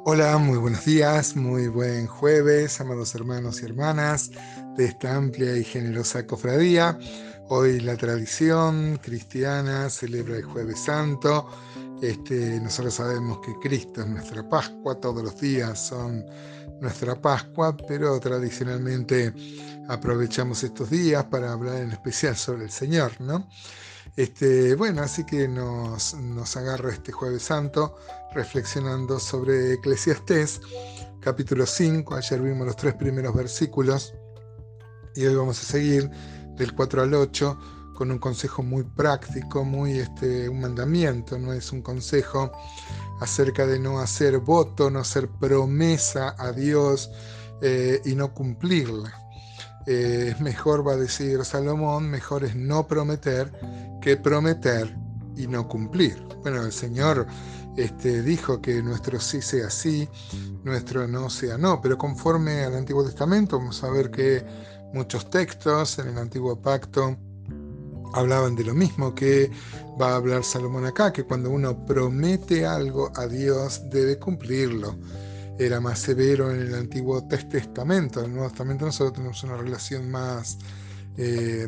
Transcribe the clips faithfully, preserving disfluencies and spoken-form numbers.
Hola, muy buenos días, muy buen jueves, amados hermanos y hermanas de esta amplia y generosa cofradía. Hoy la tradición cristiana celebra el Jueves Santo. Este, nosotros sabemos que Cristo es nuestra Pascua, todos los días son nuestra Pascua, pero tradicionalmente aprovechamos estos días para hablar en especial sobre el Señor, ¿no? Este, bueno, así que nos, nos agarro este Jueves Santo reflexionando sobre Eclesiastés, capítulo cinco. Ayer vimos los tres primeros versículos y hoy vamos a seguir del cuatro al ocho con un consejo muy práctico, muy este, un mandamiento, no es un consejo acerca de no hacer voto, no hacer promesa a Dios eh, y no cumplirla. Eh, es mejor, va a decir Salomón, mejor es no prometer que prometer y no cumplir. Bueno, el Señor este, dijo que nuestro sí sea sí, nuestro no sea no, pero conforme al Antiguo Testamento vamos a ver que muchos textos en el Antiguo Pacto hablaban de lo mismo que va a hablar Salomón acá, que cuando uno promete algo a Dios debe cumplirlo. Era más severo en el Antiguo Testamento. En el Nuevo Testamento nosotros tenemos una relación más, eh,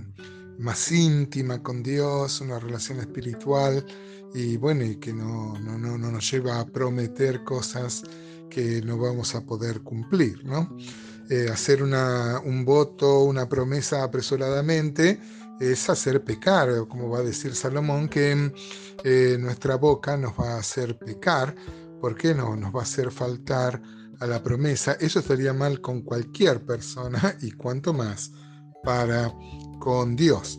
más íntima con Dios, una relación espiritual, y bueno, y que no, no, no, no nos lleva a prometer cosas que no vamos a poder cumplir, ¿no? Eh, hacer una, un voto, una promesa apresuradamente es hacer pecar, como va a decir Salomón, que eh, nuestra boca nos va a hacer pecar. ¿Por qué no? Nos va a hacer faltar a la promesa. Eso estaría mal con cualquier persona y cuanto más para con Dios.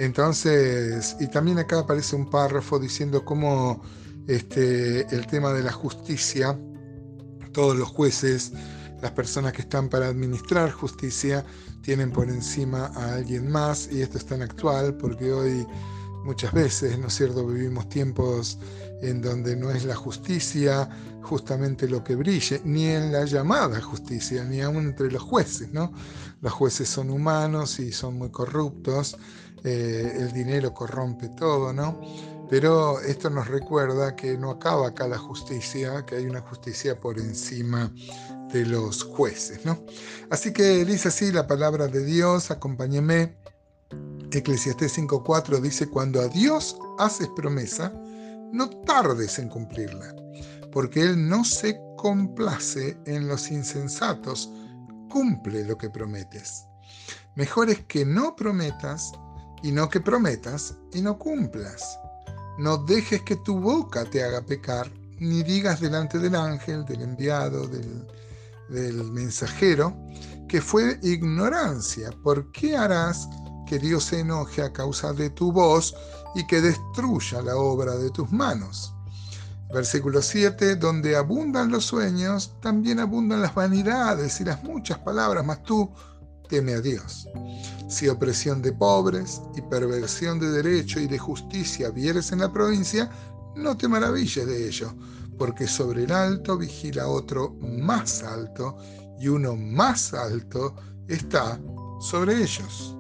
Entonces, y también acá aparece un párrafo diciendo cómo este, el tema de la justicia, todos los jueces, las personas que están para administrar justicia, tienen por encima a alguien más, y esto es tan actual porque hoy muchas veces, ¿no es cierto?, vivimos tiempos en donde no es la justicia justamente lo que brille, ni en la llamada justicia, ni aún entre los jueces, ¿no? Los jueces son humanos y son muy corruptos, eh, el dinero corrompe todo, ¿no? Pero esto nos recuerda que no acaba acá la justicia, que hay una justicia por encima de los jueces, ¿no? Así que dice así la palabra de Dios, acompáñeme. Eclesiastés cinco cuatro dice: cuando a Dios haces promesa, no tardes en cumplirla, porque Él no se complace en los insensatos, cumple lo que prometes. Mejor es que no prometas y no que prometas y no cumplas. No dejes que tu boca te haga pecar, ni digas delante del ángel, del enviado, del, del mensajero, que fue ignorancia. ¿Por qué harás que Dios se enoje a causa de tu voz y que destruya la obra de tus manos? Versículo siete, donde abundan los sueños, también abundan las vanidades y las muchas palabras, mas tú teme a Dios. Si opresión de pobres y perversión de derecho y de justicia vieres en la provincia, no te maravilles de ello, porque sobre el alto vigila otro más alto, y uno más alto está sobre ellos.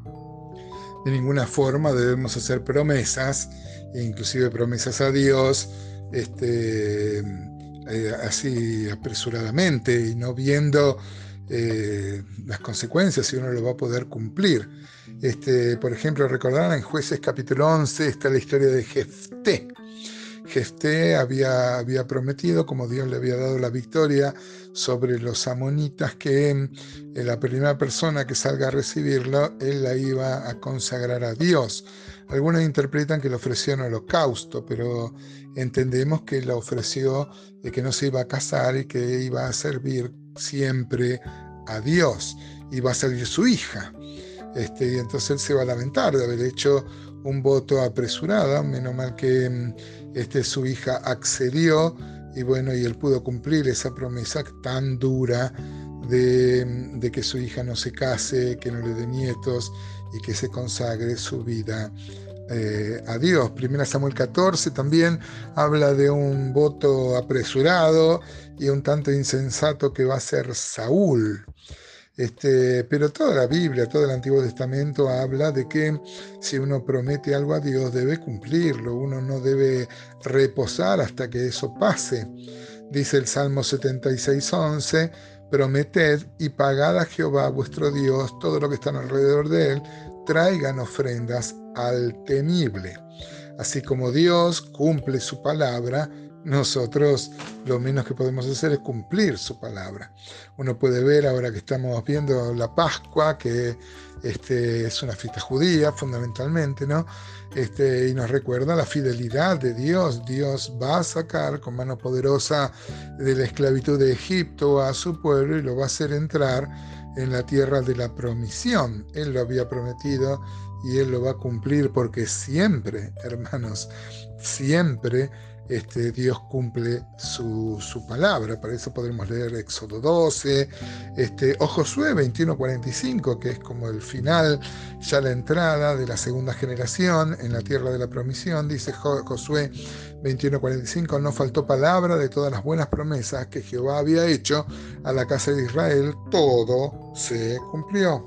De ninguna forma debemos hacer promesas, inclusive promesas a Dios, este, eh, así apresuradamente y no viendo eh, las consecuencias, si uno lo va a poder cumplir. Este, por ejemplo, recordarán en Jueces capítulo once está la historia de Jefté. Jefté había, había prometido, como Dios le había dado la victoria sobre los amonitas, que eh, la primera persona que salga a recibirlo, él la iba a consagrar a Dios. Algunos interpretan que le ofreció en holocausto, pero entendemos que la ofreció de que no se iba a casar y que iba a servir siempre a Dios. Iba a ser su hija. Este, y entonces él se va a lamentar de haber hecho un voto apresurado, menos mal que este, su hija accedió, y bueno, y él pudo cumplir esa promesa tan dura de, de que su hija no se case, que no le dé nietos y que se consagre su vida eh, a Dios. Primera Samuel catorce también habla de un voto apresurado y un tanto insensato que va a ser Saúl. Este, pero toda la Biblia, todo el Antiguo Testamento habla de que si uno promete algo a Dios debe cumplirlo, uno no debe reposar hasta que eso pase. Dice el Salmo setenta y seis, once, prometed y pagad a Jehová vuestro Dios todo lo que está alrededor de él, traigan ofrendas al temible. Así como Dios cumple su palabra, nosotros lo menos que podemos hacer es cumplir su palabra. Uno puede ver ahora que estamos viendo la Pascua, que este, es una fiesta judía fundamentalmente, ¿no? Este, y nos recuerda la fidelidad de Dios. Dios va a sacar con mano poderosa de la esclavitud de Egipto a su pueblo y lo va a hacer entrar en la tierra de la promisión. Él lo había prometido y Él lo va a cumplir, porque siempre, hermanos, siempre este, Dios cumple su, su palabra. Para eso podremos leer Éxodo doce, este, o Josué veintiuno, cuarenta y cinco, que es como el final, ya la entrada de la segunda generación en la tierra de la promisión. Dice Josué veintiuno, cuarenta y cinco, no faltó palabra de todas las buenas promesas que Jehová había hecho a la casa de Israel, todo se cumplió.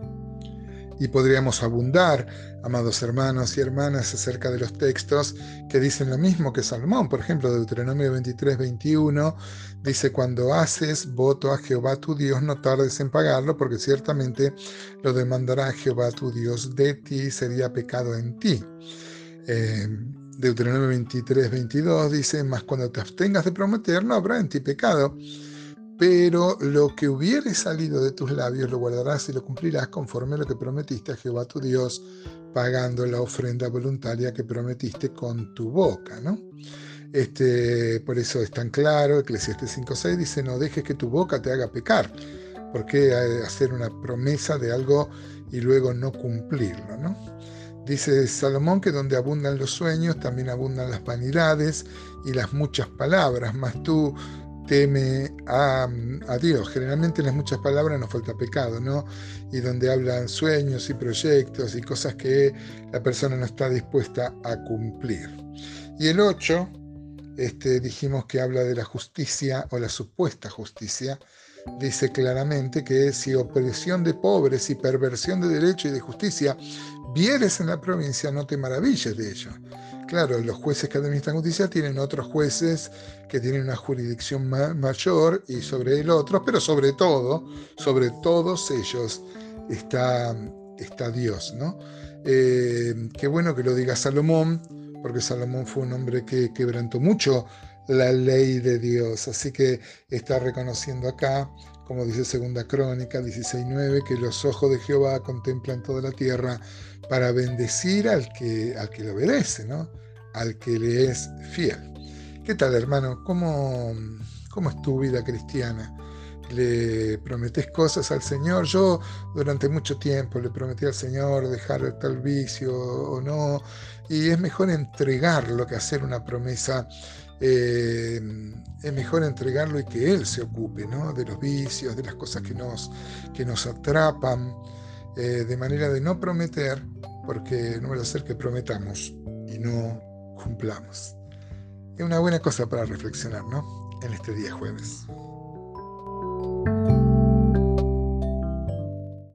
Y podríamos abundar, amados hermanos y hermanas, acerca de los textos que dicen lo mismo que Salomón. Por ejemplo, Deuteronomio veintitrés, veintiuno dice: cuando haces voto a Jehová tu Dios, no tardes en pagarlo, porque ciertamente lo demandará Jehová tu Dios de ti, sería pecado en ti. Eh, Deuteronomio veintitrés, veintidós dice: mas cuando te abstengas de prometer, no habrá en ti pecado, pero lo que hubiere salido de tus labios lo guardarás y lo cumplirás conforme a lo que prometiste a Jehová tu Dios, pagando la ofrenda voluntaria que prometiste con tu boca, ¿no? Este, por eso es tan claro, Eclesiastés cinco, seis dice: no dejes que tu boca te haga pecar. ¿Por qué hacer una promesa de algo y luego no cumplirlo, ¿no? Dice Salomón que donde abundan los sueños, también abundan las vanidades y las muchas palabras, mas tú teme a, a Dios. Generalmente en las muchas palabras nos falta pecado, ¿no? Y donde hablan sueños y proyectos y cosas que la persona no está dispuesta a cumplir. Y el ocho, este, dijimos que habla de la justicia o la supuesta justicia. Dice claramente que si opresión de pobres y perversión de derecho y de justicia vieres en la provincia, no te maravilles de ello. Claro, los jueces que administran justicia tienen otros jueces que tienen una jurisdicción ma- mayor y sobre el otro, pero sobre todo, sobre todos ellos está, está Dios, ¿no? Eh, qué bueno que lo diga Salomón, porque Salomón fue un hombre que quebrantó mucho la ley de Dios, así que está reconociendo acá, como dice Segunda Crónica dieciséis, nueve, que los ojos de Jehová contemplan toda la tierra para bendecir al que, al que lo obedece, ¿no? Al que le es fiel. ¿Qué tal, hermano? ¿Cómo, cómo es tu vida cristiana? ¿Le prometés cosas al Señor? Yo durante mucho tiempo le prometí al Señor dejar tal vicio o no, y es mejor entregarlo que hacer una promesa. Eh, es mejor entregarlo y que Él se ocupe, ¿no? De los vicios, de las cosas que nos, que nos atrapan, eh, de manera de no prometer, porque no va a ser que prometamos y no cumplamos. Es una buena cosa para reflexionar, ¿no? En este día jueves.